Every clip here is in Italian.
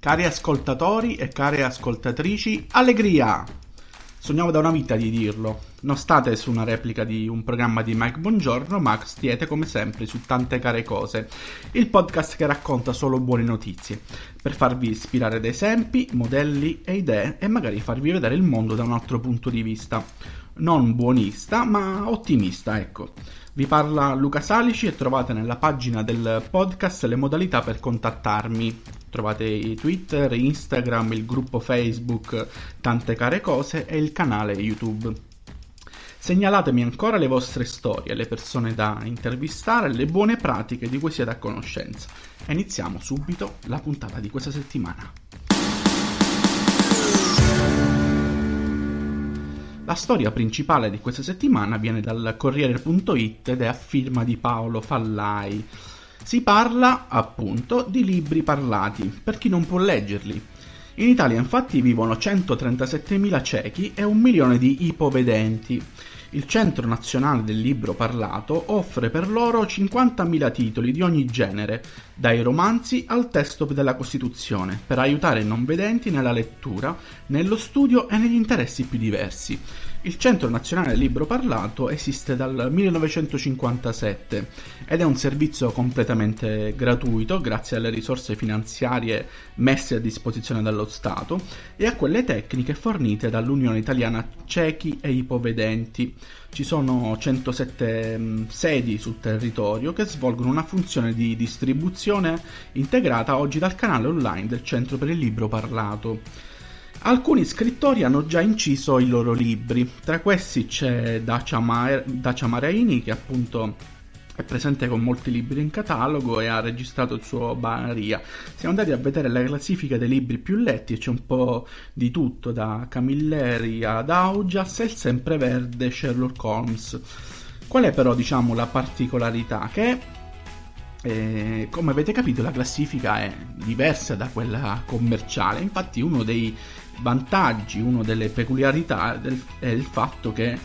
Cari ascoltatori e care ascoltatrici, allegria! Sognavo da una vita di dirlo. Non state su una replica di un programma di Mike Bongiorno, ma stiete come sempre su Tante Care Cose, il podcast che racconta solo buone notizie, per farvi ispirare da esempi, modelli e idee e magari farvi vedere il mondo da un altro punto di vista. Non buonista, ma ottimista, ecco. Vi parla Luca Salici e trovate nella pagina del podcast le modalità per contattarmi. Trovate i Twitter, Instagram, il gruppo Facebook Tante Care Cose e il canale YouTube. Segnalatemi ancora le vostre storie, le persone da intervistare, le buone pratiche di cui siete a conoscenza. E iniziamo subito la puntata di questa settimana. La storia principale di questa settimana viene dal Corriere.it ed è a firma di Paolo Fallai. Si parla, appunto, di libri parlati, per chi non può leggerli. In Italia, infatti, vivono 137.000 ciechi e 1 milione di ipovedenti. Il Centro Nazionale del Libro Parlato offre per loro 50.000 titoli di ogni genere, dai romanzi al testo della Costituzione, per aiutare i non vedenti nella lettura, nello studio e negli interessi più diversi. Il Centro Nazionale del Libro Parlato esiste dal 1957 ed è un servizio completamente gratuito grazie alle risorse finanziarie messe a disposizione dallo Stato e a quelle tecniche fornite dall'Unione Italiana Ciechi e Ipovedenti. Ci sono 107 sedi sul territorio che svolgono una funzione di distribuzione integrata oggi dal canale online del Centro per il Libro Parlato. Alcuni scrittori hanno già inciso i loro libri, tra questi c'è Dacia Maraini che appunto è presente con molti libri in catalogo e ha registrato il suo Baria. Siamo andati a vedere la classifica dei libri più letti e c'è un po' di tutto, da Camilleri ad Augias e il sempreverde Sherlock Holmes. Qual è però, diciamo, la particolarità? Che come avete capito la classifica è diversa da quella commerciale. Infatti uno dei vantaggi, una delle peculiarità è il fatto che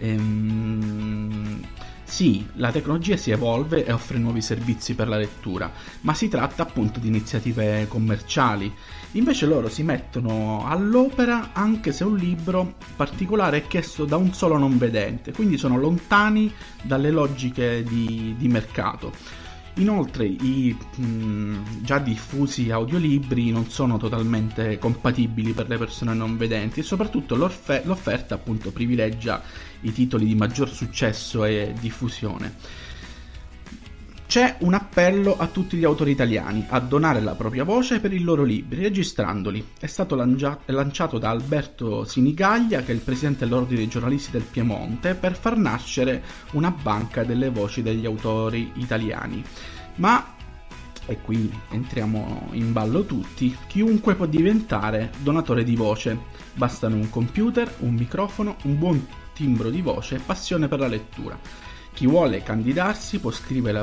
sì, la tecnologia si evolve e offre nuovi servizi per la lettura, ma si tratta appunto di iniziative commerciali. Invece loro si mettono all'opera anche se un libro particolare è chiesto da un solo non vedente, quindi sono lontani dalle logiche di mercato. Inoltre i già diffusi audiolibri non sono totalmente compatibili per le persone non vedenti e soprattutto l'offerta appunto privilegia i titoli di maggior successo e diffusione. C'è un appello a tutti gli autori italiani a donare la propria voce per i loro libri, registrandoli. È stato lanciato da Alberto Sinigaglia, che è il presidente dell'Ordine dei giornalisti del Piemonte, per far nascere una banca delle voci degli autori italiani. Ma, e qui entriamo in ballo tutti, chiunque può diventare donatore di voce. Bastano un computer, un microfono, un buon timbro di voce e passione per la lettura. Chi vuole candidarsi può scrivere a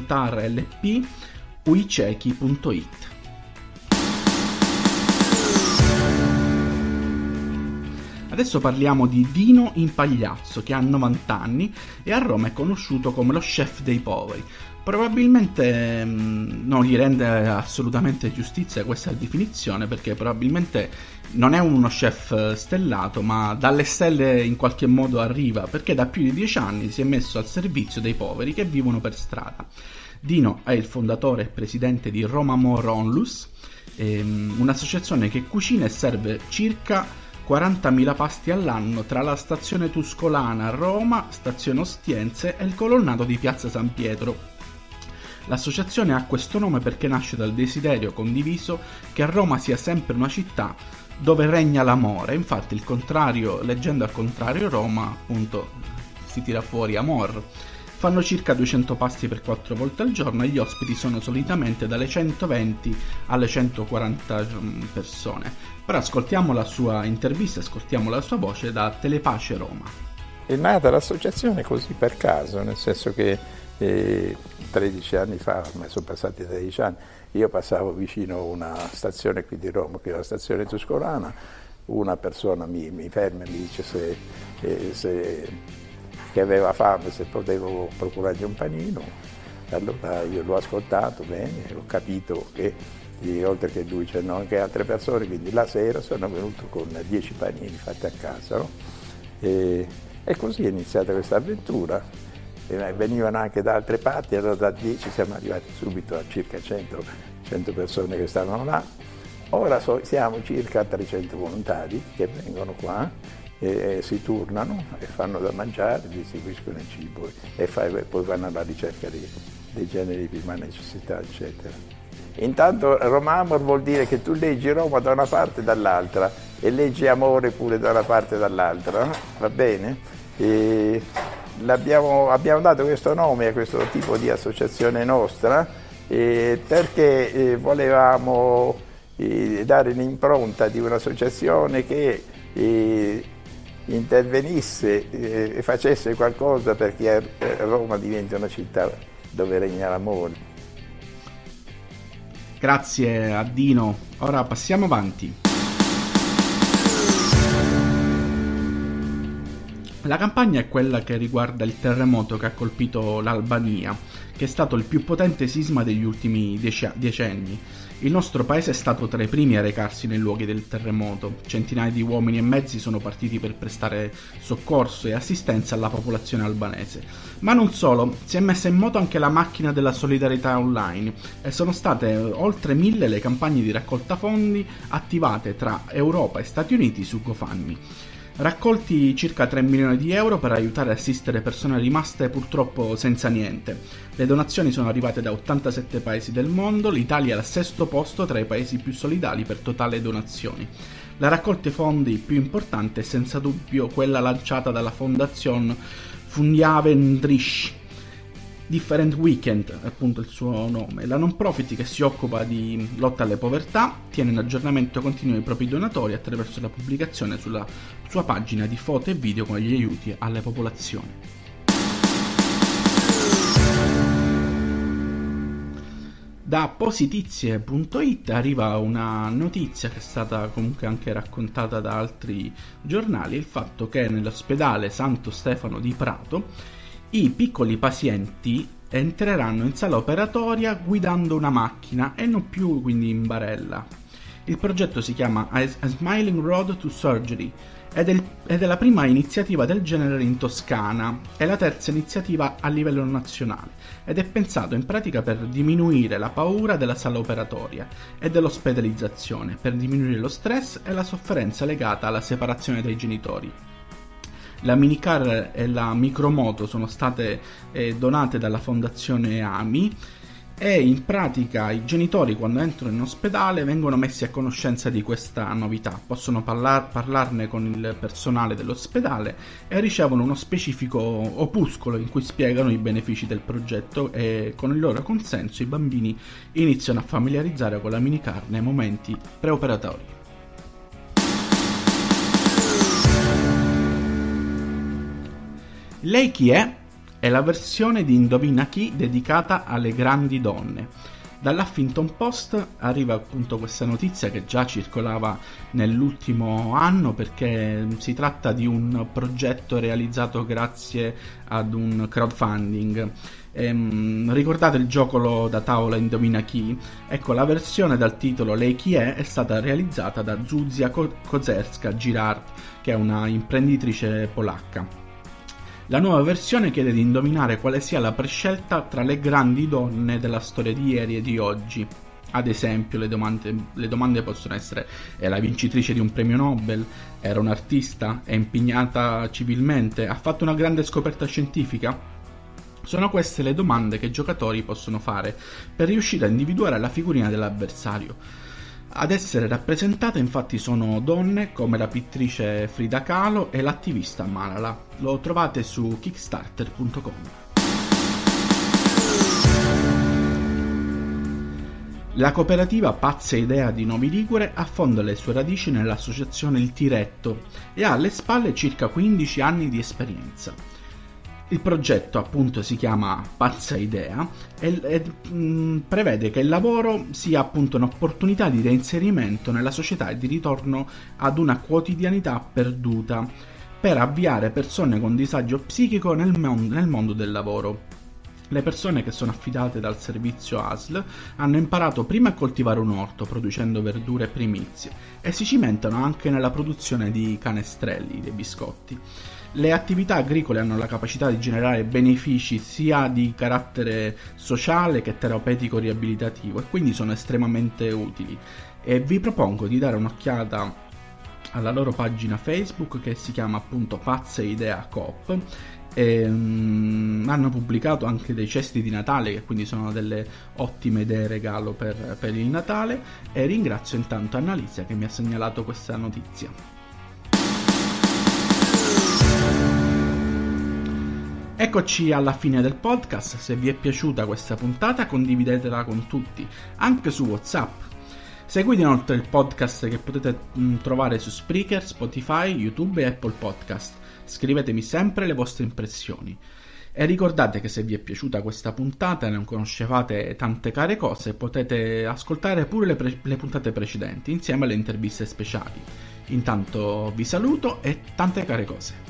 volontarlp@uicechi.it. Adesso parliamo di Dino Impagliazzo, che ha 90 anni e a Roma è conosciuto come lo chef dei poveri. Probabilmente non gli rende assolutamente giustizia questa definizione, perché probabilmente non è uno chef stellato, ma dalle stelle in qualche modo arriva, perché da più di 10 anni si è messo al servizio dei poveri che vivono per strada. Dino è il fondatore e presidente di Roma More Onlus, un'associazione che cucina e serve circa 40.000 pasti all'anno tra la stazione Tuscolana a Roma, stazione Ostiense e il colonnato di Piazza San Pietro. L'associazione ha questo nome perché nasce dal desiderio condiviso che a Roma sia sempre una città dove regna l'amore. Infatti leggendo al contrario Roma, appunto, si tira fuori amor. Fanno circa 200 pasti per 4 volte al giorno e gli ospiti sono solitamente dalle 120 alle 140 persone. Però ascoltiamo la sua intervista, ascoltiamo la sua voce da Telepace Roma. È nata l'associazione così per caso, nel senso che 13 anni fa, ormai sono passati 13 anni, io passavo vicino a una stazione qui di Roma, che è la stazione Tuscolana, una persona mi ferma e mi dice che aveva fame, se potevo procurargli un panino. Allora io l'ho ascoltato bene, ho capito che oltre che lui c'erano anche altre persone, quindi la sera sono venuto con 10 panini fatti a casa, no? E così è iniziata questa avventura. Venivano anche da altre parti, allora da 10 siamo arrivati subito a circa 100 persone che stavano là. Ora siamo circa 300 volontari che vengono qua e si turnano e fanno da mangiare, distribuiscono il cibo e poi vanno alla ricerca dei generi di prima necessità, eccetera. Intanto Romamor vuol dire che tu leggi Roma da una parte e dall'altra e leggi amore pure da una parte e dall'altra, va bene? Abbiamo dato questo nome a questo tipo di associazione nostra perché volevamo dare l'impronta di un'associazione che intervenisse e facesse qualcosa perché Roma diventi una città dove regna l'amore. Grazie a Dino. Ora passiamo avanti. La campagna è quella che riguarda il terremoto che ha colpito l'Albania, che è stato il più potente sisma degli ultimi decenni. Il nostro paese è stato tra i primi a recarsi nei luoghi del terremoto. Centinaia di uomini e mezzi sono partiti per prestare soccorso e assistenza alla popolazione albanese. Ma non solo, si è messa in moto anche la macchina della solidarietà online e sono state oltre 1000 le campagne di raccolta fondi attivate tra Europa e Stati Uniti su GoFundMe. Raccolti circa 3 milioni di euro per aiutare e assistere persone rimaste purtroppo senza niente. Le donazioni sono arrivate da 87 paesi del mondo, l'Italia è al 6° posto tra i paesi più solidali per totale donazioni. La raccolta fondi più importante è senza dubbio quella lanciata dalla Fondazione Fundjavendrish. Different Weekend, appunto il suo nome, la non profit che si occupa di lotta alle povertà, tiene in aggiornamento continuo i propri donatori attraverso la pubblicazione sulla sua pagina di foto e video con gli aiuti alle popolazioni. Da positizie.it arriva una notizia che è stata comunque anche raccontata da altri giornali, il fatto che nell'ospedale Santo Stefano di Prato i piccoli pazienti entreranno in sala operatoria guidando una macchina e non più quindi in barella. Il progetto si chiama A Smiling Road to Surgery ed è la prima iniziativa del genere in Toscana e la terza iniziativa a livello nazionale ed è pensato in pratica per diminuire la paura della sala operatoria e dell'ospedalizzazione, per diminuire lo stress e la sofferenza legata alla separazione dai genitori. La minicar e la micromoto sono state donate dalla fondazione AMI e in pratica i genitori quando entrano in ospedale vengono messi a conoscenza di questa novità, possono parlarne con il personale dell'ospedale e ricevono uno specifico opuscolo in cui spiegano i benefici del progetto e con il loro consenso i bambini iniziano a familiarizzare con la minicar nei momenti preoperatori. Lei chi è? È la versione di Indovina chi dedicata alle grandi donne. Dall'Huffington Post arriva appunto questa notizia che già circolava nell'ultimo anno perché si tratta di un progetto realizzato grazie ad un crowdfunding. Ricordate il gioco da tavola Indovina chi? Ecco, la versione dal titolo Lei chi è stata realizzata da Zuzia Kozerska-Girard, che è una imprenditrice polacca. La nuova versione chiede di indovinare quale sia la prescelta tra le grandi donne della storia di ieri e di oggi. Ad esempio, le domande possono essere: è la vincitrice di un premio Nobel? Era un'artista? È impegnata civilmente? Ha fatto una grande scoperta scientifica? Sono queste le domande che i giocatori possono fare per riuscire a individuare la figurina dell'avversario. Ad essere rappresentate infatti sono donne come la pittrice Frida Kahlo e l'attivista Malala. Lo trovate su kickstarter.com. La cooperativa Pazza Idea di Novi Ligure affonda le sue radici nell'associazione Il Tiretto e ha alle spalle circa 15 anni di esperienza. Il progetto appunto si chiama Pazza Idea e prevede che il lavoro sia appunto un'opportunità di reinserimento nella società e di ritorno ad una quotidianità perduta per avviare persone con disagio psichico nel mondo del lavoro. Le persone che sono affidate dal servizio ASL hanno imparato prima a coltivare un orto, producendo verdure e primizie, e si cimentano anche nella produzione di canestrelli, dei biscotti. Le attività agricole hanno la capacità di generare benefici sia di carattere sociale che terapeutico-riabilitativo, e quindi sono estremamente utili. E vi propongo di dare un'occhiata alla loro pagina Facebook, che si chiama appunto Pazze Idea Coop. Hanno pubblicato anche dei cesti di Natale, che quindi sono delle ottime idee regalo per il Natale, e ringrazio intanto Annalisa che mi ha segnalato questa notizia. Eccoci alla fine del podcast. Se vi è piaciuta questa puntata, condividetela con tutti, anche su WhatsApp. Seguite inoltre il podcast, che potete trovare su Spreaker, Spotify, YouTube e Apple Podcast. Scrivetemi sempre le vostre impressioni. E ricordate che se vi è piaciuta questa puntata e non conoscevate tante care cose, potete ascoltare pure le puntate precedenti insieme alle interviste speciali. Intanto vi saluto e tante care cose.